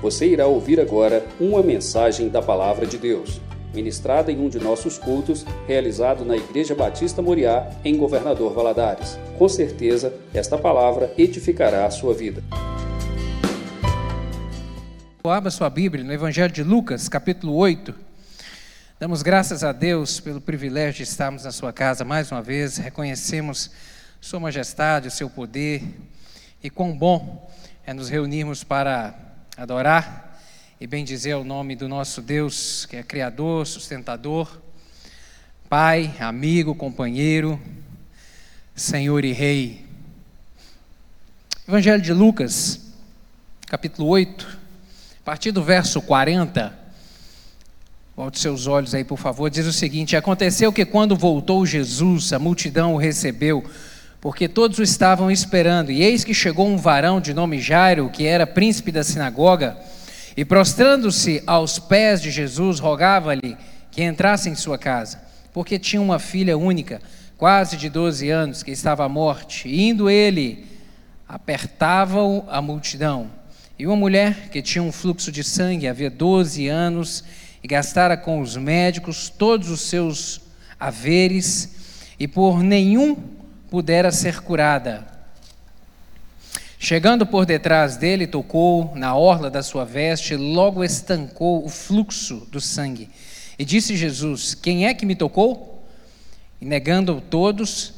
Você irá ouvir agora uma mensagem da Palavra de Deus, ministrada em um de nossos cultos, realizado na Igreja Batista Moriá, em Governador Valadares. Com certeza, esta palavra edificará a sua vida. Abra sua Bíblia no Evangelho de Lucas, capítulo 8. Damos graças a Deus pelo privilégio de estarmos na sua casa mais uma vez. Reconhecemos sua majestade, o seu poder e quão bom é nos reunirmos para adorar e bendizer o nome do nosso Deus, que é Criador, sustentador, Pai, amigo, companheiro, Senhor e Rei. Evangelho de Lucas, capítulo 8, a partir do verso 40, volte seus olhos aí, por favor, diz o seguinte: aconteceu que quando voltou Jesus, a multidão o recebeu, porque todos o estavam esperando, e eis que chegou um varão de nome Jairo, que era príncipe da sinagoga, e prostrando-se aos pés de Jesus, rogava-lhe que entrasse em sua casa, porque tinha uma filha única, quase de 12 anos, que estava à morte. E indo ele, apertava-o a multidão. E uma mulher que tinha um fluxo de sangue, havia 12 anos, e gastara com os médicos todos os seus haveres, e por nenhum pudera ser curada. Chegando por detrás dele, tocou na orla da sua veste, logo estancou o fluxo do sangue. E disse Jesus: quem é que me tocou? E negando todos,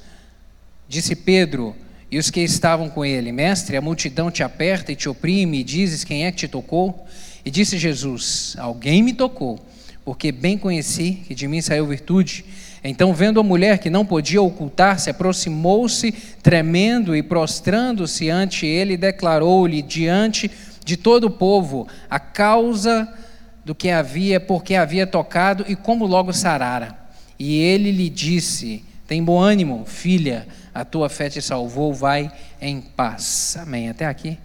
disse Pedro e os que estavam com ele: mestre, a multidão te aperta e te oprime, e dizes: quem é que te tocou? E disse Jesus: alguém me tocou, porque bem conheci que de mim saiu virtude. Então, vendo a mulher que não podia ocultar-se, aproximou-se, tremendo e prostrando-se ante ele, declarou-lhe diante de todo o povo a causa do que havia, porque havia tocado e como logo sarara. E ele lhe disse: tem bom ânimo, filha, a tua fé te salvou, vai em paz. Amém. Até aqui.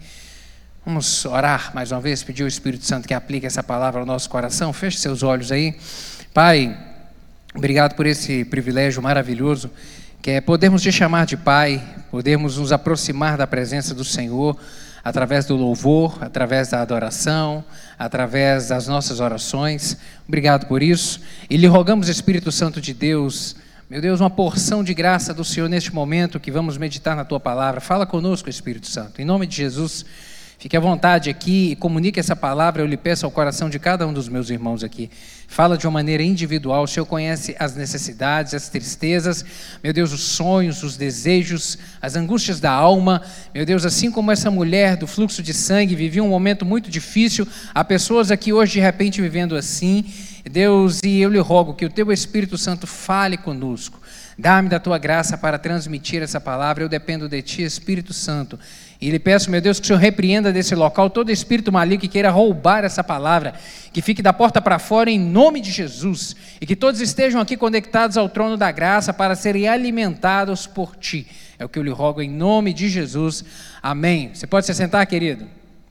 Vamos orar mais uma vez, pedir ao Espírito Santo que aplique essa palavra ao nosso coração. Feche seus olhos aí. Pai, obrigado por esse privilégio maravilhoso, que é podermos te chamar de Pai, podermos nos aproximar da presença do Senhor, através do louvor, através da adoração, através das nossas orações. Obrigado por isso. E lhe rogamos, Espírito Santo de Deus, meu Deus, uma porção de graça do Senhor neste momento que vamos meditar na Tua Palavra. Fala conosco, Espírito Santo. Em nome de Jesus, fique à vontade aqui e comunique essa palavra. Eu lhe peço ao coração de cada um dos meus irmãos aqui. Fala de uma maneira individual. O Senhor conhece as necessidades, as tristezas, meu Deus, os sonhos, os desejos, as angústias da alma. Meu Deus, assim como essa mulher do fluxo de sangue vivia um momento muito difícil, há pessoas aqui hoje de repente vivendo assim. Deus, e eu lhe rogo que o Teu Espírito Santo fale conosco. Dá-me da Tua graça para transmitir essa palavra. Eu dependo de Ti, Espírito Santo. E lhe peço, meu Deus, que o Senhor repreenda desse local todo espírito maligno que queira roubar essa palavra, que fique da porta para fora em nome de Jesus, e que todos estejam aqui conectados ao trono da graça para serem alimentados por Ti. É o que eu lhe rogo em nome de Jesus. Amém. Você pode se sentar, querido?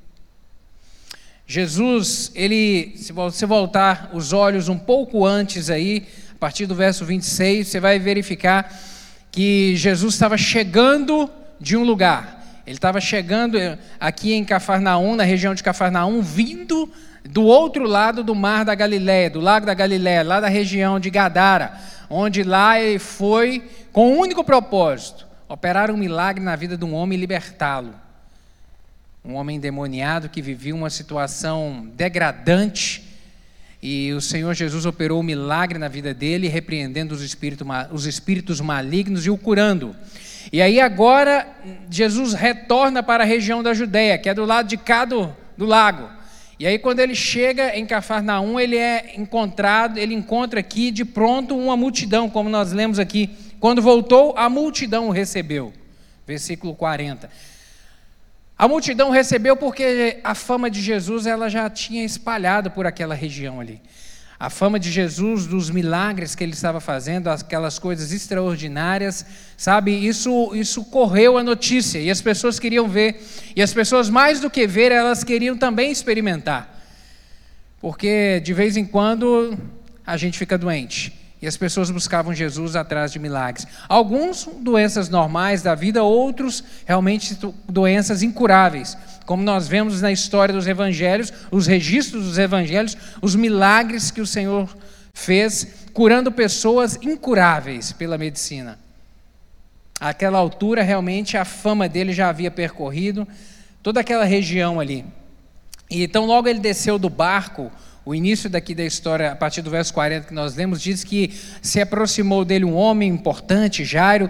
Jesus, ele, se você voltar os olhos um pouco antes aí, a partir do verso 26, você vai verificar que Jesus estava chegando de um lugar. Ele estava chegando aqui em Cafarnaum, na região de Cafarnaum, vindo do outro lado do mar da Galileia, do lago da Galileia, lá da região de Gadara, onde lá ele foi com um único propósito: operar um milagre na vida de um homem e libertá-lo. Um homem endemoniado que vivia uma situação degradante, e o Senhor Jesus operou um milagre na vida dele, repreendendo os espíritos malignos e o curando. E aí agora Jesus retorna para a região da Judeia, que é do lado de cá do lago. E aí quando ele chega em Cafarnaum, ele encontra aqui de pronto uma multidão, como nós lemos aqui. Quando voltou, a multidão o recebeu. Versículo 40. A multidão recebeu porque a fama de Jesus ela já tinha espalhado por aquela região ali. A fama de Jesus, dos milagres que ele estava fazendo, aquelas coisas extraordinárias, sabe, isso correu a notícia, e as pessoas queriam ver, e as pessoas mais do que ver, elas queriam também experimentar, porque de vez em quando a gente fica doente, e as pessoas buscavam Jesus atrás de milagres. Alguns doenças normais da vida, outros realmente doenças incuráveis. como nós vemos na história dos evangelhos, os registros dos evangelhos, os milagres que o Senhor fez, curando pessoas incuráveis pela medicina. Àquela altura, realmente, a fama dele já havia percorrido toda aquela região ali. E então, logo ele desceu do barco. O início daqui da história, a partir do verso 40 que nós lemos, diz que se aproximou dele um homem importante, Jairo,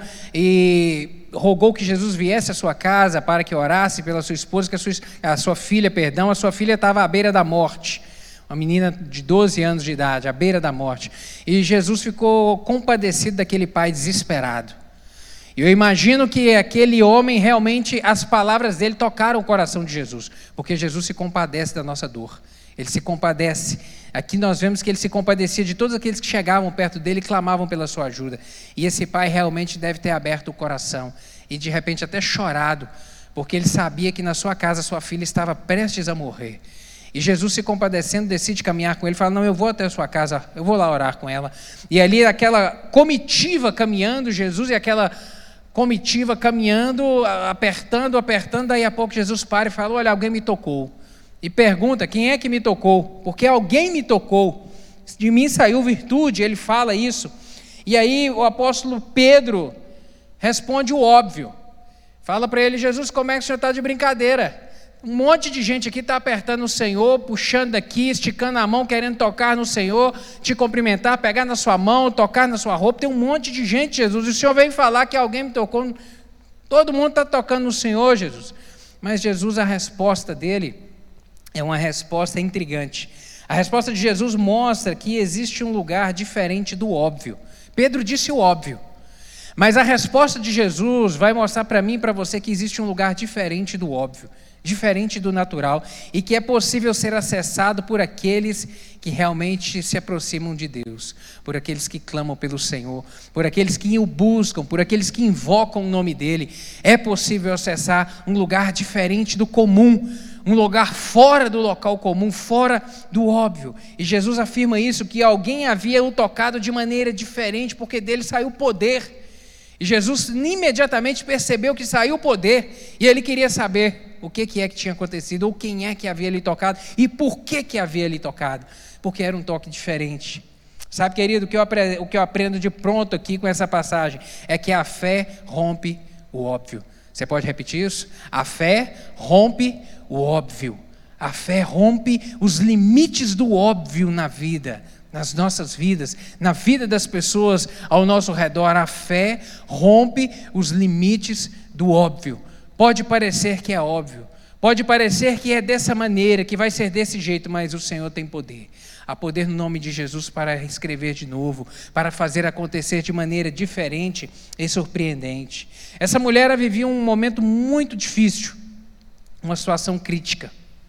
e rogou que Jesus viesse à sua casa para que orasse pela sua esposa, que a sua filha estava à beira da morte. Uma menina de 12 anos de idade, à beira da morte. E Jesus ficou compadecido daquele pai desesperado. E eu imagino que aquele homem, realmente, as palavras dele tocaram o coração de Jesus, porque Jesus se compadece da nossa dor. Ele se compadece. Aqui nós vemos que ele se compadecia de todos aqueles que chegavam perto dele e clamavam pela sua ajuda. E esse pai realmente deve ter aberto o coração e de repente até chorado, porque ele sabia que na sua casa sua filha estava prestes a morrer. E Jesus, se compadecendo, decide caminhar com ele, fala: não, eu vou até a sua casa, eu vou lá orar com ela. E ali aquela comitiva caminhando, Jesus e aquela comitiva caminhando, apertando, daí a pouco Jesus para e fala: olha, alguém me tocou. E pergunta: quem é que me tocou? Porque alguém me tocou, de mim saiu virtude. Ele fala isso. E aí o apóstolo Pedro responde o óbvio. Fala para ele: Jesus, como é que o senhor está de brincadeira? Um monte de gente aqui está apertando o Senhor, puxando daqui, esticando a mão, querendo tocar no Senhor, te cumprimentar, pegar na sua mão, tocar na sua roupa. Tem um monte de gente, Jesus, e o Senhor veio falar que alguém me tocou. Todo mundo está tocando no Senhor, Jesus. Mas Jesus, a resposta dele é uma resposta intrigante. A resposta de Jesus mostra que existe um lugar diferente do óbvio. Pedro disse o óbvio, mas a resposta de Jesus vai mostrar para mim e para você que existe um lugar diferente do óbvio, diferente do natural, e que é possível ser acessado por aqueles que realmente se aproximam de Deus, por aqueles que clamam pelo Senhor, por aqueles que o buscam, por aqueles que invocam o nome dele. É possível acessar um lugar diferente do comum, um lugar fora do local comum, fora do óbvio. E Jesus afirma isso, que alguém havia o tocado de maneira diferente, porque dele saiu poder. E Jesus imediatamente percebeu que saiu poder, e ele queria saber o que é que tinha acontecido, ou quem é que havia lhe tocado, e por que havia lhe tocado, porque era um toque diferente. Sabe, querido, o que eu aprendo de pronto aqui com essa passagem, é que a fé rompe o óbvio. Você pode repetir isso? A fé rompe o óbvio, a fé rompe os limites do óbvio na vida, nas nossas vidas, na vida das pessoas ao nosso redor. A fé rompe os limites do óbvio. Pode parecer que é óbvio, pode parecer que é dessa maneira, que vai ser desse jeito, mas o Senhor tem poder. Há poder no nome de Jesus para escrever de novo, para fazer acontecer de maneira diferente e surpreendente. Essa mulher vivia um momento muito difícil, uma situação crítica,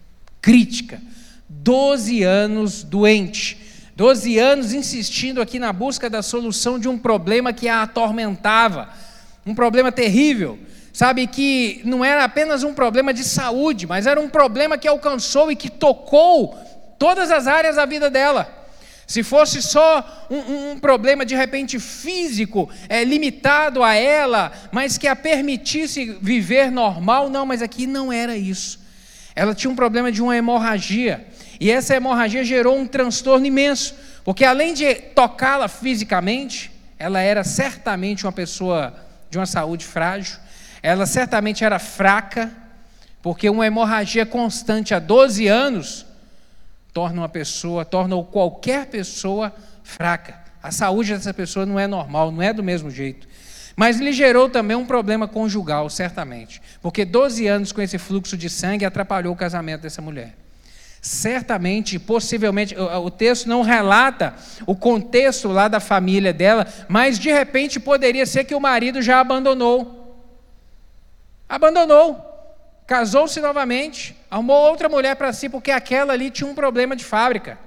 12 anos doente, 12 anos insistindo aqui na busca da solução de um problema que a atormentava, um problema terrível. Sabe, que não era apenas um problema de saúde, mas era um problema que alcançou e que tocou todas as áreas da vida dela. Se fosse só um problema de repente físico, limitado a ela, mas que a permitisse viver normal, não, mas aqui não era isso. Ela tinha um problema de uma hemorragia, e essa hemorragia gerou um transtorno imenso, porque além de tocá-la fisicamente, ela era certamente uma pessoa de uma saúde frágil. Ela certamente era fraca, porque uma hemorragia constante há 12 anos torna qualquer pessoa fraca. A saúde dessa pessoa não é normal, não é do mesmo jeito. Mas lhe gerou também um problema conjugal, certamente, porque 12 anos com esse fluxo de sangue atrapalhou o casamento dessa mulher. Certamente, possivelmente, o texto não relata o contexto lá da família dela, mas de repente poderia ser que o marido já abandonou, casou-se novamente, arrumou outra mulher para si, porque aquela ali tinha um problema de fábrica,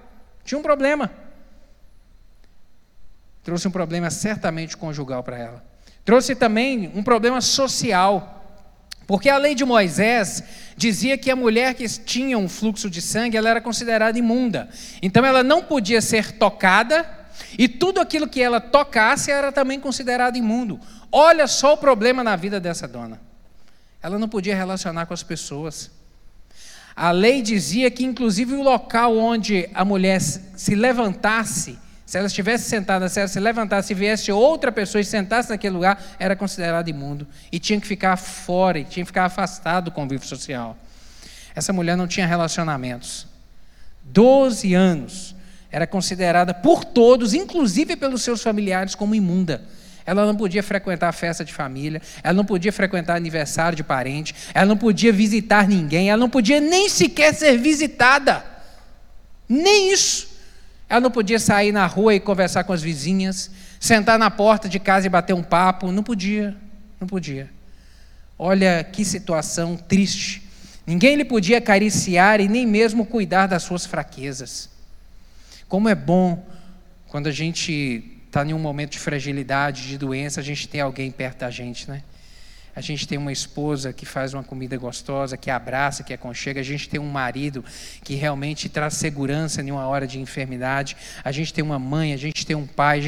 trouxe um problema certamente conjugal para ela, trouxe também um problema social, porque a lei de Moisés dizia que a mulher que tinha um fluxo de sangue, ela era considerada imunda, então ela não podia ser tocada, e tudo aquilo que ela tocasse era também considerado imundo. Olha só o problema na vida dessa dona. Ela não podia relacionar com as pessoas. A lei dizia que, inclusive, o local onde a mulher se levantasse, se ela estivesse sentada, se ela se levantasse e viesse outra pessoa e sentasse naquele lugar, era considerado imundo. E tinha que ficar fora, e tinha que ficar afastado do convívio social. Essa mulher não tinha relacionamentos. 12 anos. Era considerada por todos, inclusive pelos seus familiares, como imunda. Ela não podia frequentar a festa de família, ela não podia frequentar aniversário de parente, ela não podia visitar ninguém, ela não podia nem sequer ser visitada. Nem isso. Ela não podia sair na rua e conversar com as vizinhas, sentar na porta de casa e bater um papo. Não podia, não podia. Olha que situação triste. Ninguém lhe podia acariciar e nem mesmo cuidar das suas fraquezas. Como é bom quando a gente está em um momento de fragilidade, de doença, a gente tem alguém perto da gente, né? A gente tem uma esposa que faz uma comida gostosa, que abraça, que aconchega. A gente tem um marido que realmente traz segurança em uma hora de enfermidade. A gente tem uma mãe, a gente tem um pai,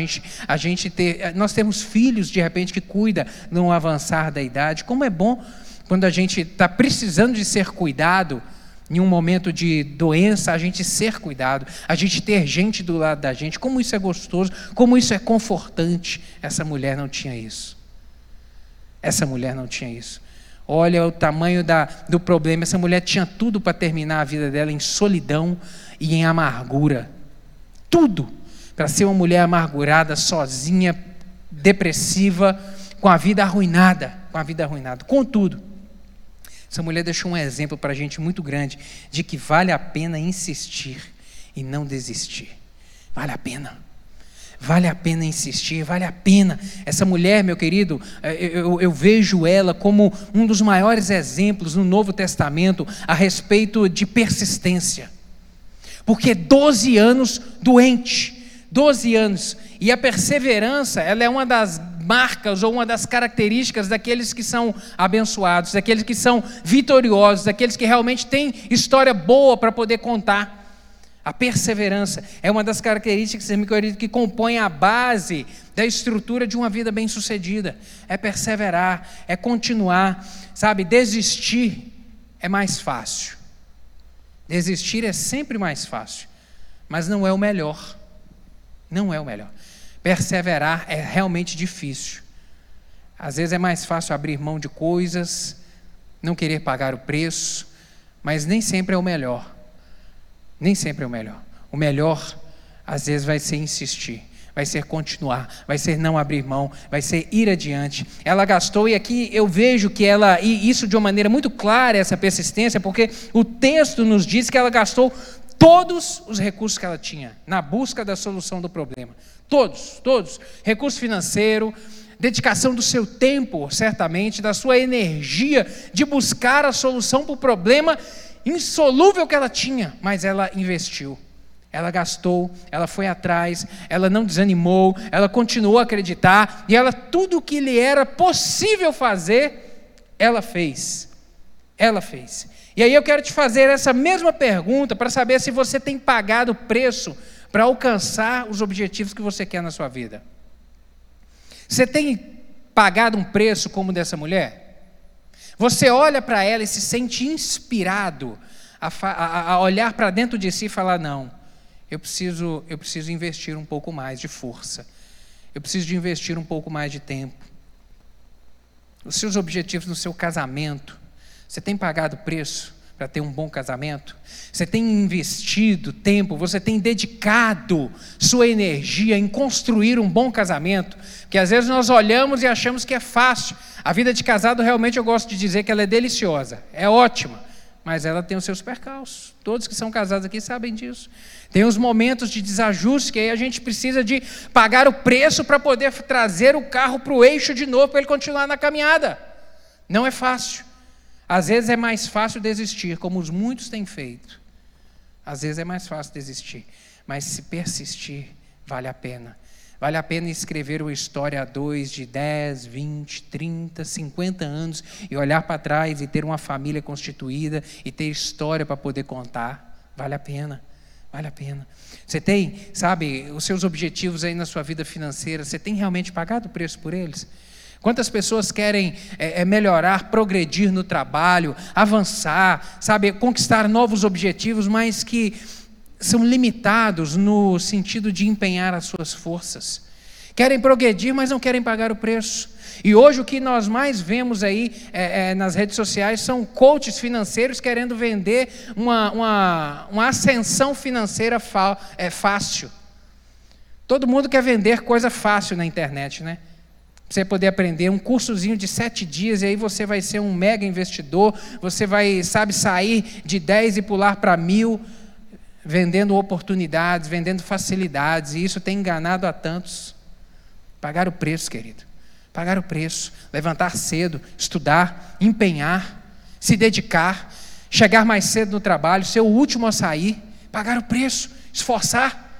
nós temos filhos, de repente, que cuida no avançar da idade. Como é bom quando a gente está precisando de ser cuidado, em um momento de doença, a gente ser cuidado, a gente ter gente do lado da gente. Como isso é gostoso, como isso é confortante. Essa mulher não tinha isso. Essa mulher não tinha isso. Olha o tamanho do problema. Essa mulher tinha tudo para terminar a vida dela em solidão e em amargura. Tudo para ser uma mulher amargurada, sozinha, depressiva, com a vida arruinada. Contudo, essa mulher deixou um exemplo para a gente muito grande de que vale a pena insistir e não desistir. Vale a pena. Vale a pena insistir, vale a pena. Essa mulher, meu querido, eu vejo ela como um dos maiores exemplos no Novo Testamento a respeito de persistência. Porque 12 anos doente, 12 anos. E a perseverança, ela é uma das marcas ou uma das características daqueles que são abençoados, daqueles que são vitoriosos, daqueles que realmente têm história boa para poder contar. A perseverança é uma das características, meu querido, que compõem a base da estrutura de uma vida bem-sucedida. É perseverar, é continuar, sabe? Desistir é mais fácil. Desistir é sempre mais fácil, mas não é o melhor. Não é o melhor. Perseverar é realmente difícil. Às vezes é mais fácil abrir mão de coisas, não querer pagar o preço, mas nem sempre é o melhor. Nem sempre é o melhor. O melhor, às vezes, vai ser insistir, vai ser continuar, vai ser não abrir mão, vai ser ir adiante. Ela gastou, e aqui eu vejo que e isso de uma maneira muito clara, essa persistência, porque o texto nos diz que ela gastou todos os recursos que ela tinha na busca da solução do problema. Todos. Recurso financeiro, dedicação do seu tempo, certamente, da sua energia de buscar a solução para o problema insolúvel que ela tinha, mas ela investiu, ela gastou, ela foi atrás, ela não desanimou, ela continuou a acreditar, e tudo o que lhe era possível fazer, ela fez. E aí eu quero te fazer essa mesma pergunta para saber se você tem pagado o preço para alcançar os objetivos que você quer na sua vida. Você tem pagado um preço como o dessa mulher? Você olha para ela e se sente inspirado a olhar para dentro de si e falar: não, eu preciso investir um pouco mais de força, eu preciso de investir um pouco mais de tempo. Os seus objetivos no seu casamento, você tem pagado preço para ter um bom casamento? Você tem investido tempo, você tem dedicado sua energia em construir um bom casamento? Porque às vezes nós olhamos e achamos que é fácil. A vida de casado, realmente, eu gosto de dizer que ela é deliciosa, é ótima, mas ela tem os seus percalços. Todos que são casados aqui sabem disso. Tem os momentos de desajuste, que aí a gente precisa de pagar o preço para poder trazer o carro para o eixo de novo, para ele continuar na caminhada. Não é fácil. Às vezes é mais fácil desistir, como os muitos têm feito. Às vezes é mais fácil desistir, mas se persistir, vale a pena. Vale a pena escrever uma história a dois de 10, 20, 30, 50 anos e olhar para trás e ter uma família constituída e ter história para poder contar. Vale a pena, vale a pena. Você tem, sabe, os seus objetivos aí na sua vida financeira, você tem realmente pagado o preço por eles? Quantas pessoas querem melhorar, progredir no trabalho, avançar, sabe, conquistar novos objetivos, mas que são limitados no sentido de empenhar as suas forças. Querem progredir, mas não querem pagar o preço. E hoje o que nós mais vemos aí nas redes sociais são coaches financeiros querendo vender uma ascensão financeira fácil. Todo mundo quer vender coisa fácil na internet, né? Você poder aprender um cursozinho de 7 dias, e aí você vai ser um mega investidor, você vai, sair de 10 e pular para 1.000, vendendo oportunidades, vendendo facilidades, e isso tem enganado a tantos. Pagar o preço, querido, pagar o preço, levantar cedo, estudar, empenhar, se dedicar, chegar mais cedo no trabalho, ser o último a sair, pagar o preço, esforçar,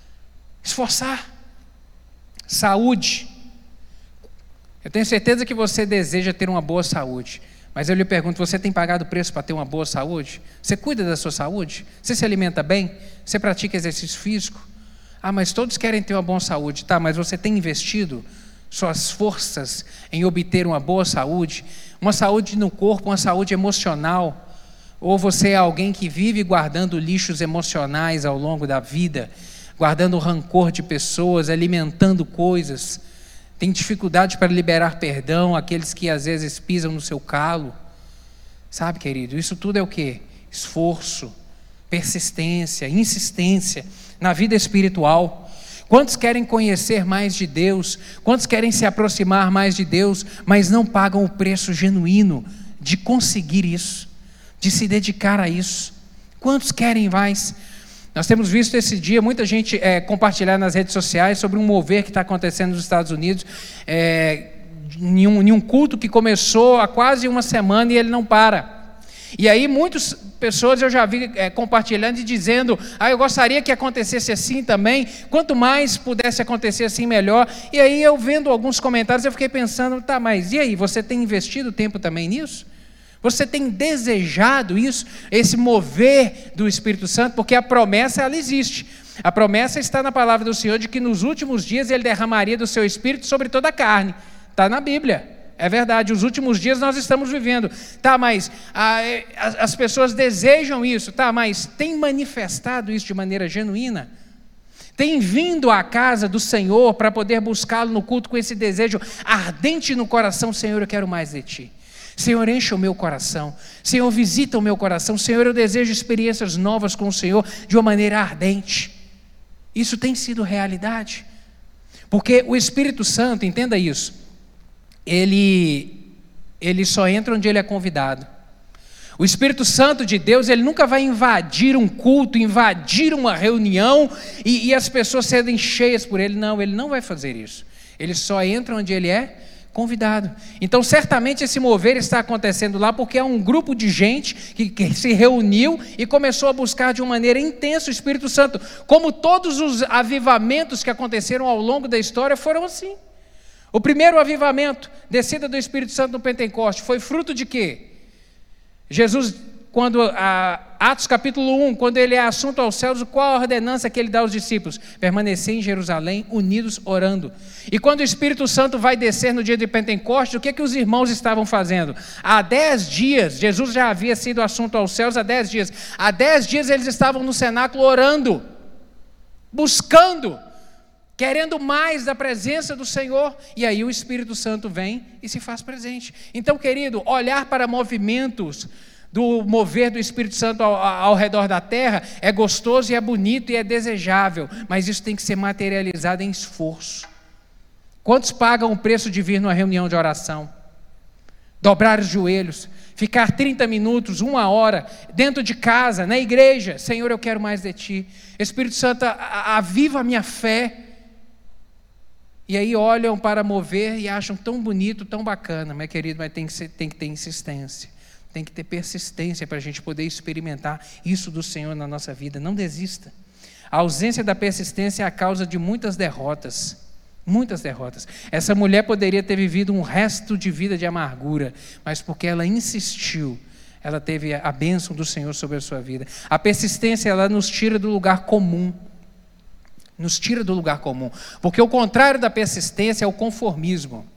saúde. Eu tenho certeza que você deseja ter uma boa saúde, mas eu lhe pergunto, você tem pagado o preço para ter uma boa saúde? Você cuida da sua saúde? Você se alimenta bem? Você pratica exercício físico? Mas todos querem ter uma boa saúde. Tá, mas você tem investido suas forças em obter uma boa saúde? Uma saúde no corpo, uma saúde emocional? Ou você é alguém que vive guardando lixos emocionais ao longo da vida, guardando rancor de pessoas, alimentando coisas? Tem dificuldade para liberar perdão àqueles que às vezes pisam no seu calo? Sabe, querido, isso tudo é o quê? Esforço, persistência, insistência na vida espiritual. Quantos querem conhecer mais de Deus? Quantos querem se aproximar mais de Deus, mas não pagam o preço genuíno de conseguir isso, de se dedicar a isso? Quantos querem mais? Nós temos visto esse dia muita gente compartilhar nas redes sociais sobre um mover que está acontecendo nos Estados Unidos, em um culto que começou há quase uma semana e ele não para. E aí muitas pessoas eu já vi compartilhando e dizendo, eu gostaria que acontecesse assim também, quanto mais pudesse acontecer assim melhor. E aí eu vendo alguns comentários eu fiquei pensando, mas e aí, você tem investido tempo também nisso? Você tem desejado isso, esse mover do Espírito Santo? Porque a promessa, ela existe. A promessa está na palavra do Senhor de que nos últimos dias Ele derramaria do seu Espírito sobre toda a carne. Está na Bíblia, é verdade, os últimos dias nós estamos vivendo. Mas as pessoas desejam isso, mas tem manifestado isso de maneira genuína? Tem vindo à casa do Senhor para poder buscá-lo no culto com esse desejo ardente no coração? Senhor, eu quero mais de Ti. Senhor, enche o meu coração. Senhor, visita o meu coração. Senhor, eu desejo experiências novas com o Senhor de uma maneira ardente. Isso tem sido realidade. Porque o Espírito Santo, entenda isso, ele só entra onde ele é convidado. O Espírito Santo de Deus, ele nunca vai invadir um culto, invadir uma reunião e as pessoas serem cheias por ele. Não, ele não vai fazer isso. Ele só entra onde ele é convidado. Então certamente esse mover está acontecendo lá porque é um grupo de gente que se reuniu e começou a buscar de uma maneira intensa o Espírito Santo, como todos os avivamentos que aconteceram ao longo da história foram assim. O primeiro avivamento, descida do Espírito Santo no Pentecoste, foi fruto de quê? Jesus, Atos capítulo 1, quando ele é assunto aos céus, qual a ordenança que ele dá aos discípulos? Permanecer em Jerusalém, unidos, orando. E quando o Espírito Santo vai descer no dia de Pentecostes, o que os irmãos estavam fazendo? Há 10 dias, Jesus já havia sido assunto aos céus há 10 dias. Há 10 dias eles estavam no cenáculo orando, buscando, querendo mais da presença do Senhor, e aí o Espírito Santo vem e se faz presente. Então, querido, olhar para movimentos do mover do Espírito Santo ao redor da terra é gostoso e é bonito e é desejável, mas isso tem que ser materializado em esforço. Quantos pagam o preço de vir numa reunião de oração? Dobrar os joelhos, ficar 30 minutos, 1 hora, dentro de casa, na igreja. Senhor, eu quero mais de Ti. Espírito Santo, aviva a minha fé. E aí olham para mover e acham tão bonito, tão bacana, meu querido, mas tem que ter insistência. Tem que ter persistência para a gente poder experimentar isso do Senhor na nossa vida. Não desista. A ausência da persistência é a causa de muitas derrotas. Muitas derrotas. Essa mulher poderia ter vivido um resto de vida de amargura, mas porque ela insistiu, ela teve a bênção do Senhor sobre a sua vida. A persistência, ela nos tira do lugar comum. Nos tira do lugar comum. Porque o contrário da persistência é o conformismo.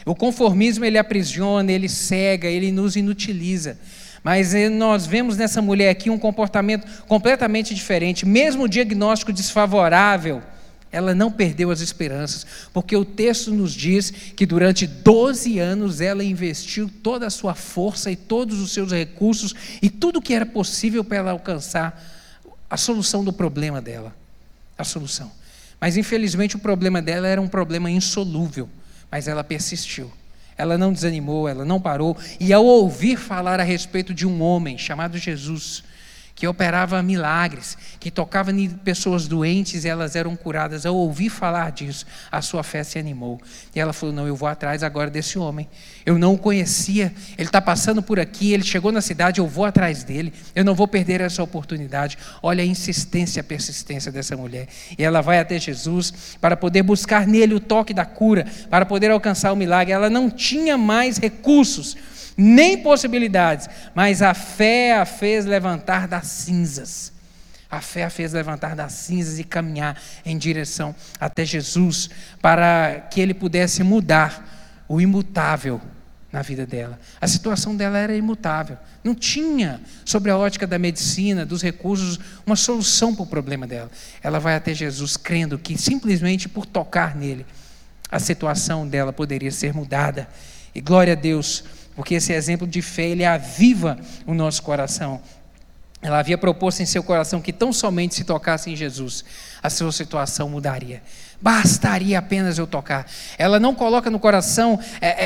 O conformismo, ele aprisiona, ele cega, ele nos inutiliza. Mas nós vemos nessa mulher aqui um comportamento completamente diferente. Mesmo o diagnóstico desfavorável, ela não perdeu as esperanças, porque o texto nos diz que durante 12 anos ela investiu toda a sua força e todos os seus recursos e tudo que era possível para ela alcançar a solução do problema dela. A solução. Mas infelizmente o problema dela era um problema insolúvel, mas ela persistiu. Ela não desanimou, ela não parou, e ao ouvir falar a respeito de um homem chamado Jesus, que operava milagres, que tocava em pessoas doentes e elas eram curadas, ao ouvir falar disso, a sua fé se animou. E ela falou, não, eu vou atrás agora desse homem. Eu não o conhecia, ele está passando por aqui, ele chegou na cidade, eu vou atrás dele, eu não vou perder essa oportunidade. Olha a insistência, a persistência dessa mulher. E ela vai até Jesus para poder buscar nele o toque da cura, para poder alcançar o milagre. Ela não tinha mais recursos, nem possibilidades, mas a fé a fez levantar das cinzas. A fé a fez levantar das cinzas e caminhar em direção até Jesus, para que ele pudesse mudar o imutável na vida dela. A situação dela era imutável, não tinha, sobre a ótica da medicina, dos recursos, uma solução para o problema dela. Ela vai até Jesus crendo que simplesmente por tocar nele, a situação dela poderia ser mudada. E glória a Deus, porque esse exemplo de fé, ele aviva o nosso coração. Ela havia proposto em seu coração que tão somente se tocasse em Jesus, a sua situação mudaria. Bastaria apenas eu tocar. Ela não coloca no coração,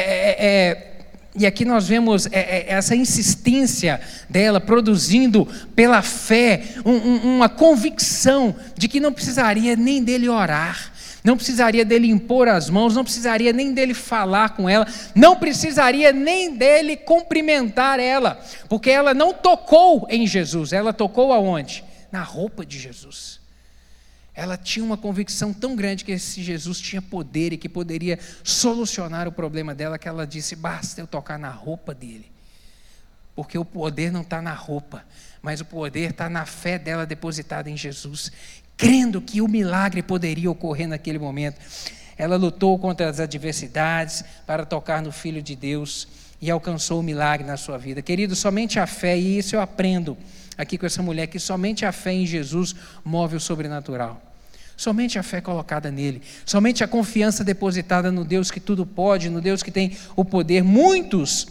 e aqui nós vemos essa insistência dela, produzindo pela fé uma convicção de que não precisaria nem dele orar, não precisaria dele impor as mãos, não precisaria nem dele falar com ela, não precisaria nem dele cumprimentar ela, porque ela não tocou em Jesus, ela tocou aonde? Na roupa de Jesus. Ela tinha uma convicção tão grande que esse Jesus tinha poder e que poderia solucionar o problema dela, que ela disse, basta eu tocar na roupa dele, porque o poder não está na roupa, mas o poder está na fé dela depositada em Jesus, crendo que o milagre poderia ocorrer naquele momento. Ela lutou contra as adversidades para tocar no Filho de Deus e alcançou o milagre na sua vida. Querido, somente a fé, e isso eu aprendo aqui com essa mulher, que somente a fé em Jesus move o sobrenatural. Somente a fé colocada nele, somente a confiança depositada no Deus que tudo pode, no Deus que tem o poder. Muitos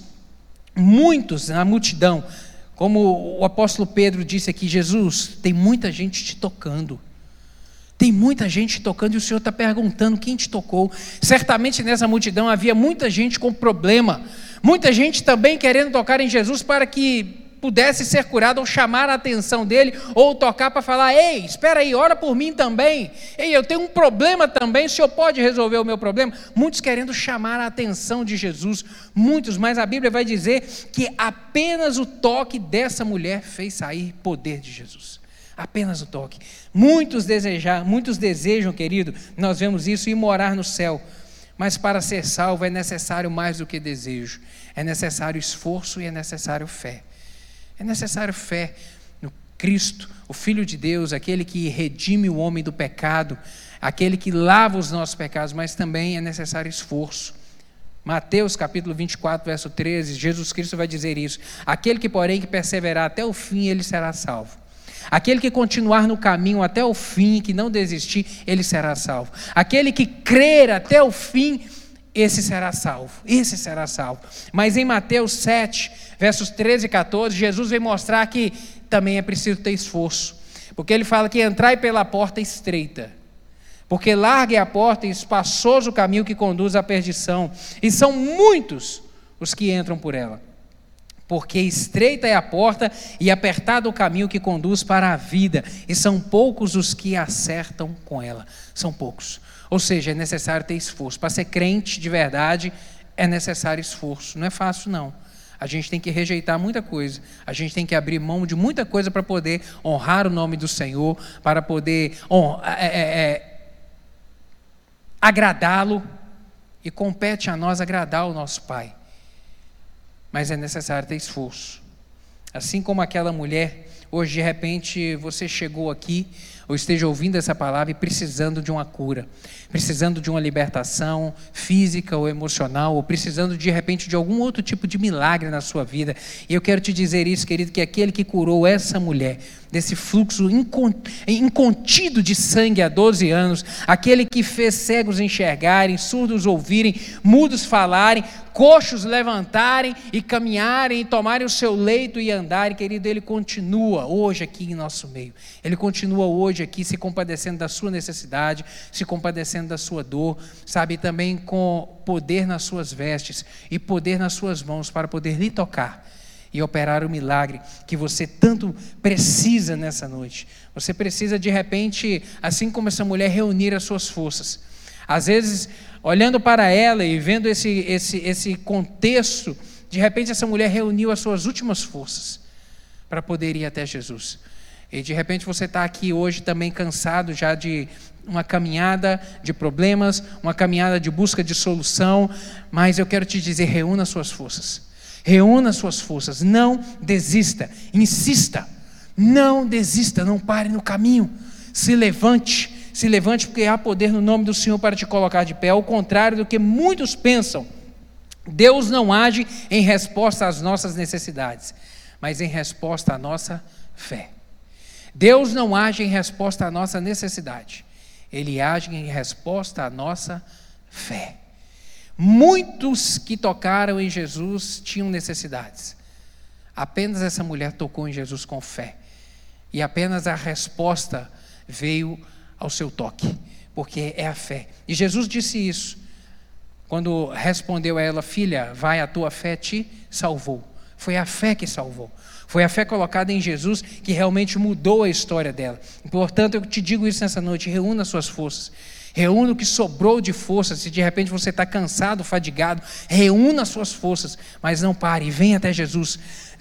na multidão, como o apóstolo Pedro disse aqui, Jesus, tem muita gente te tocando. Tem muita gente tocando e o Senhor está perguntando quem te tocou. Certamente nessa multidão havia muita gente com problema, muita gente também querendo tocar em Jesus para que pudesse ser curado, ou chamar a atenção dele, ou tocar para falar, ei, espera aí, ora por mim também, ei, eu tenho um problema também, o Senhor pode resolver o meu problema? Muitos querendo chamar a atenção de Jesus, muitos, mas a Bíblia vai dizer que apenas o toque dessa mulher fez sair poder de Jesus. Apenas o toque. Muitos desejam, querido, nós vemos isso, ir morar no céu, mas para ser salvo é necessário mais do que desejo, é necessário esforço e é necessário fé. É necessário fé no Cristo, o Filho de Deus, aquele que redime o homem do pecado, aquele que lava os nossos pecados, mas também é necessário esforço. Mateus capítulo 24, verso 13, Jesus Cristo vai dizer isso, aquele que porém que perseverar até o fim, ele será salvo. Aquele que continuar no caminho até o fim, que não desistir, ele será salvo. Aquele que crer até o fim, esse será salvo, esse será salvo. Mas em Mateus 7, versos 13 e 14, Jesus vem mostrar que também é preciso ter esforço, porque ele fala que entrai pela porta estreita, porque larga é a porta e espaçoso o caminho que conduz à perdição, e são muitos os que entram por ela. Porque estreita é a porta e apertado o caminho que conduz para a vida, e são poucos os que acertam com ela, são poucos. Ou seja, é necessário ter esforço. Para ser crente de verdade, é necessário esforço. Não é fácil, não. A gente tem que rejeitar muita coisa. A gente tem que abrir mão de muita coisa para poder honrar o nome do Senhor, para poder agradá-lo. E compete a nós agradar o nosso Pai. Mas é necessário ter esforço. Assim como aquela mulher, hoje de repente você chegou aqui, ou esteja ouvindo essa palavra e precisando de uma cura, precisando de uma libertação física ou emocional, ou precisando de repente de algum outro tipo de milagre na sua vida. E eu quero te dizer isso, querido, que aquele que curou essa mulher desse fluxo incontido de sangue há 12 anos, aquele que fez cegos enxergarem, surdos ouvirem, mudos falarem, coxos levantarem e caminharem e tomarem o seu leito e andarem, querido, ele continua hoje aqui em nosso meio. Ele continua hoje aqui se compadecendo da sua necessidade, se compadecendo da sua dor, sabe, também com poder nas suas vestes e poder nas suas mãos para poder lhe tocar e operar o milagre que você tanto precisa nessa noite. Você precisa de repente, assim como essa mulher, reunir as suas forças. Às vezes, olhando para ela e vendo esse contexto, de repente essa mulher reuniu as suas últimas forças para poder ir até Jesus. E de repente você está aqui hoje também cansado já de uma caminhada de problemas, uma caminhada de busca de solução, mas eu quero te dizer, reúna as suas forças. Reúna as suas forças, não desista, insista, não desista, não pare no caminho, se levante, porque há poder no nome do Senhor para te colocar de pé. Ao contrário do que muitos pensam, Deus não age em resposta às nossas necessidades, mas em resposta à nossa fé. Deus não age em resposta à nossa necessidade, Ele age em resposta à nossa fé. Muitos que tocaram em Jesus tinham necessidades. Apenas essa mulher tocou em Jesus com fé. E apenas a resposta veio ao seu toque, porque é a fé. E Jesus disse isso, quando respondeu a ela: filha, vai, a tua fé te salvou. Foi a fé que salvou. Foi a fé colocada em Jesus que realmente mudou a história dela. Portanto, eu te digo isso nessa noite: reúna suas forças. Reúna o que sobrou de forças. Se de repente você está cansado, fadigado, reúna as suas forças, mas não pare, venha até Jesus,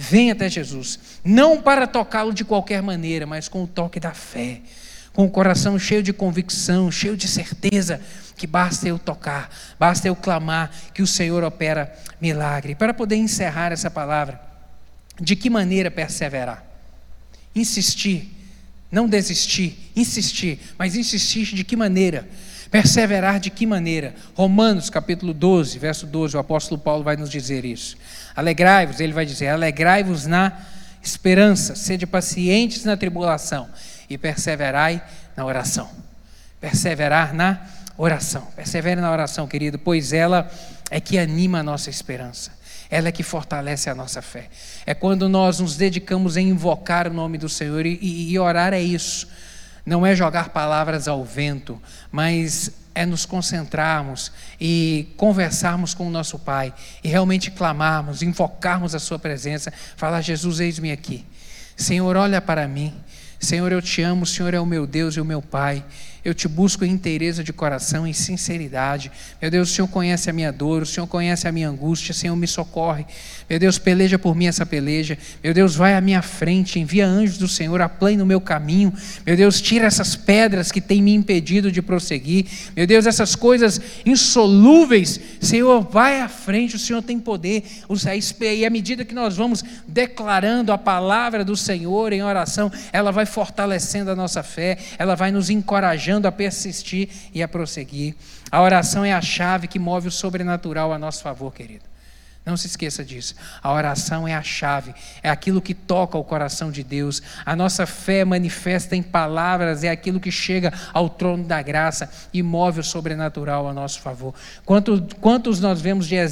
não para tocá-lo de qualquer maneira, mas com o toque da fé, com o coração cheio de convicção, cheio de certeza, que basta eu tocar, basta eu clamar, que o Senhor opera milagre. Para poder encerrar essa palavra, de que maneira perseverar? Insistir, não desistir, insistir, mas insistir de que maneira? Perseverar de que maneira? Romanos capítulo 12, verso 12, o apóstolo Paulo vai nos dizer isso. Alegrai-vos, ele vai dizer, alegrai-vos na esperança, sede pacientes na tribulação e perseverai na oração. Perseverar na oração, persevere na oração, querido, pois ela é que anima a nossa esperança. Ela é que fortalece a nossa fé. É quando nós nos dedicamos a invocar o nome do Senhor, e orar é isso. Não é jogar palavras ao vento, mas é nos concentrarmos e conversarmos com o nosso Pai, e realmente clamarmos, invocarmos a sua presença, falar: Jesus, eis-me aqui. Senhor, olha para mim. Senhor, eu te amo, o Senhor é o meu Deus e o meu Pai. Eu te busco em inteireza de coração, em sinceridade. Meu Deus, o Senhor conhece a minha dor, o Senhor conhece a minha angústia, Senhor, me socorre. Meu Deus, peleja por mim essa peleja. Meu Deus, vai à minha frente, envia anjos do Senhor, aplane no meu caminho. Meu Deus, tira essas pedras que têm me impedido de prosseguir. Meu Deus, essas coisas insolúveis, Senhor, vai à frente, o Senhor tem poder. E à medida que nós vamos declarando a palavra do Senhor em oração, ela vai fortalecendo a nossa fé, ela vai nos encorajando a persistir e a prosseguir. A oração é a chave que move o sobrenatural a nosso favor, querido. Não se esqueça disso. A oração é a chave, é aquilo que toca o coração de Deus. A nossa fé manifesta em palavras, é aquilo que chega ao trono da graça e move o sobrenatural a nosso favor. Quantos nós vemos de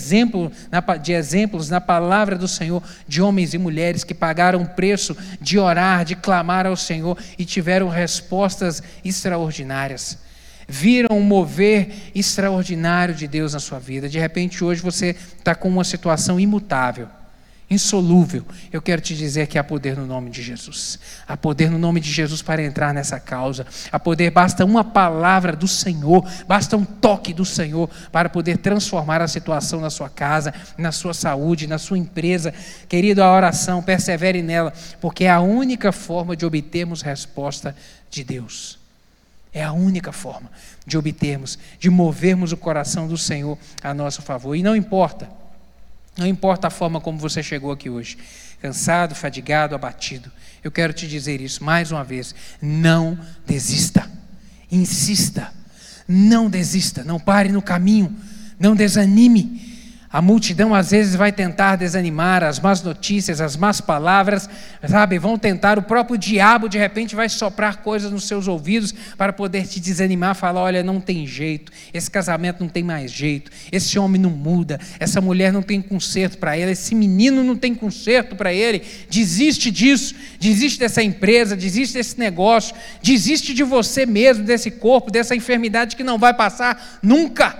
exemplos na palavra do Senhor, de homens e mulheres que pagaram o preço de orar, de clamar ao Senhor e tiveram respostas extraordinárias. Viram um mover extraordinário de Deus na sua vida. De repente hoje você está com uma situação imutável, insolúvel. Eu quero te dizer que há poder no nome de Jesus. Há poder no nome de Jesus para entrar nessa causa. Há poder, basta uma palavra do Senhor, basta um toque do Senhor para poder transformar a situação na sua casa, na sua saúde, na sua empresa. Querido, a oração, persevere nela, porque é a única forma de obtermos resposta de Deus. É a única forma de obtermos, de movermos o coração do Senhor a nosso favor. E não importa Não importa a forma como você chegou aqui hoje, cansado, fadigado, abatido, eu quero te dizer isso mais uma vez: não desista, insista, não desista, não pare no caminho, não desanime. A multidão às vezes vai tentar desanimar, as más notícias, as más palavras, sabe, vão tentar, o próprio diabo de repente vai soprar coisas nos seus ouvidos para poder te desanimar, falar: olha, não tem jeito, esse casamento não tem mais jeito, esse homem não muda, essa mulher não tem conserto para ele, esse menino não tem conserto para ele, desiste disso, desiste dessa empresa, desiste desse negócio, desiste de você mesmo, desse corpo, dessa enfermidade que não vai passar nunca.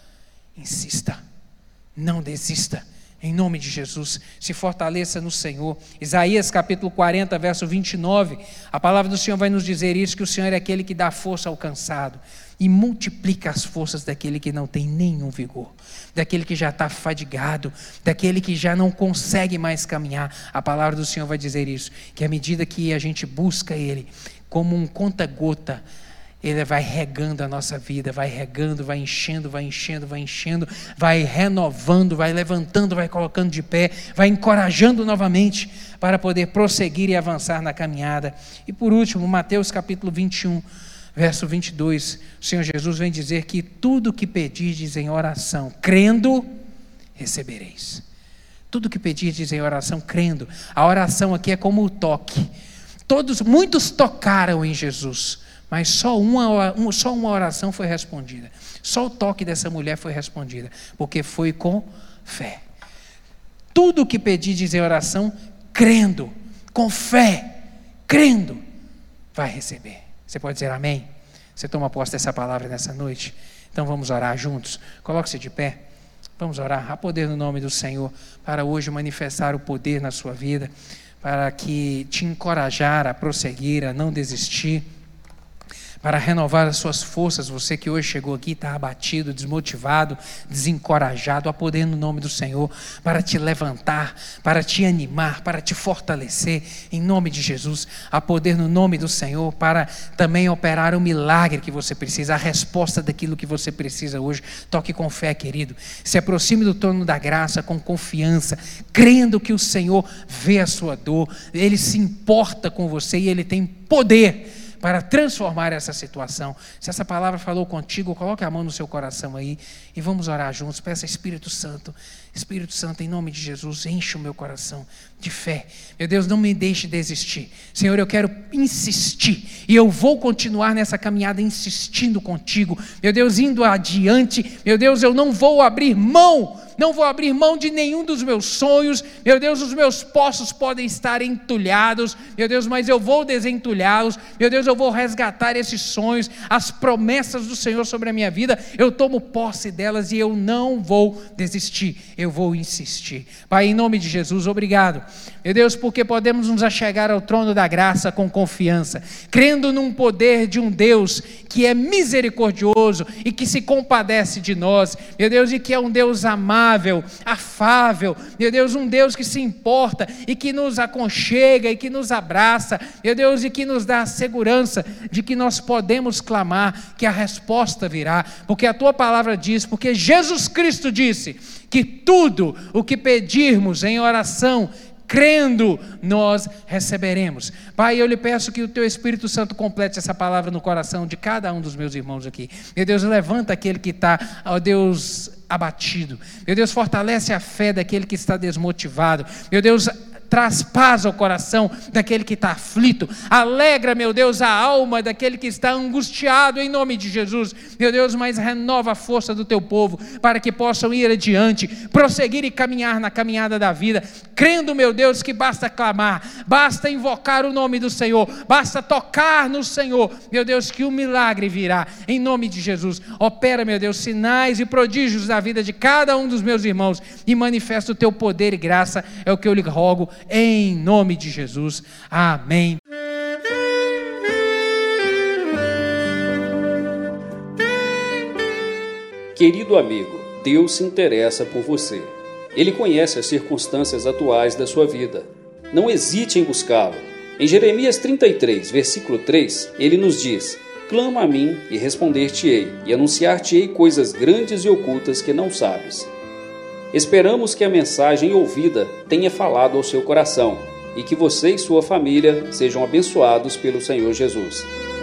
Insista. Não desista, em nome de Jesus, se fortaleça no Senhor. Isaías capítulo 40, verso 29, a palavra do Senhor vai nos dizer isso, que o Senhor é aquele que dá força ao cansado e multiplica as forças daquele que não tem nenhum vigor, daquele que já está fadigado, daquele que já não consegue mais caminhar. A palavra do Senhor vai dizer isso, que à medida que a gente busca Ele, como um conta-gota, Ele vai regando a nossa vida, vai regando, vai enchendo, vai enchendo, vai enchendo, vai renovando, vai levantando, vai colocando de pé, vai encorajando novamente para poder prosseguir e avançar na caminhada. E por último, Mateus capítulo 21, verso 22, o Senhor Jesus vem dizer que tudo que pedirdes em oração, crendo, recebereis. Tudo que pedirdes em oração, crendo. A oração aqui é como o toque. Muitos tocaram em Jesus, mas só uma oração foi respondida. Só o toque dessa mulher foi respondido, porque foi com fé. Tudo o que pedirdes em oração, crendo, com fé, crendo, vai receber. Você pode dizer amém? Você toma posse dessa palavra nessa noite? Então vamos orar juntos. Coloque-se de pé. Vamos orar. Há poder no nome do Senhor para hoje manifestar o poder na sua vida, para que te encorajar a prosseguir, a não desistir, para renovar as suas forças. Você que hoje chegou aqui está abatido, desmotivado, desencorajado, há poder no nome do Senhor para te levantar, para te animar, para te fortalecer, em nome de Jesus. Há poder no nome do Senhor para também operar o milagre que você precisa, a resposta daquilo que você precisa hoje. Toque com fé, querido, se aproxime do trono da graça com confiança, crendo que o Senhor vê a sua dor, Ele se importa com você e Ele tem poder para transformar essa situação. Se essa palavra falou contigo, coloque a mão no seu coração aí e vamos orar juntos. Peça: Espírito Santo, em nome de Jesus, enche o meu coração de fé. Meu Deus, não me deixe desistir. Senhor, eu quero insistir e eu vou continuar nessa caminhada insistindo contigo. Meu Deus, indo adiante. Meu Deus, eu não vou abrir mão de nenhum dos meus sonhos. Meu Deus, os meus poços podem estar entulhados, meu Deus, mas eu vou desentulhá-los. Meu Deus, eu vou resgatar esses sonhos, as promessas do Senhor sobre a minha vida, eu tomo posse delas e eu não vou desistir, eu vou insistir. Pai, em nome de Jesus, obrigado, meu Deus, porque podemos nos achegar ao trono da graça com confiança, crendo num poder de um Deus que é misericordioso e que se compadece de nós, meu Deus, e que é um Deus amável, afável, meu Deus, um Deus que se importa e que nos aconchega e que nos abraça, meu Deus, e que nos dá a segurança de que nós podemos clamar, que a resposta virá, porque a tua palavra diz, porque Jesus Cristo disse que tudo o que pedirmos em oração, crendo, nós receberemos. Pai, eu lhe peço que o teu Espírito Santo complete essa palavra no coração de cada um dos meus irmãos aqui. Meu Deus, levanta aquele que está, ó Deus, abatido. Meu Deus, fortalece a fé daquele que está desmotivado. Meu Deus, traz paz ao coração daquele que está aflito, alegra, meu Deus, a alma daquele que está angustiado, em nome de Jesus, meu Deus, mas renova a força do teu povo, para que possam ir adiante, prosseguir e caminhar na caminhada da vida, crendo, meu Deus, que basta clamar, basta invocar o nome do Senhor, basta tocar no Senhor, meu Deus, que o milagre virá, em nome de Jesus. Opera, meu Deus, sinais e prodígios da vida de cada um dos meus irmãos, e manifesta o teu poder e graça, é o que eu lhe rogo, em nome de Jesus, amém. Querido amigo, Deus se interessa por você. Ele conhece as circunstâncias atuais da sua vida. Não hesite em buscá-lo. Em Jeremias 33, versículo 3, ele nos diz: clama a mim e responder-te-ei, e anunciar-te-ei coisas grandes e ocultas que não sabes. Esperamos que a mensagem ouvida tenha falado ao seu coração e que você e sua família sejam abençoados pelo Senhor Jesus.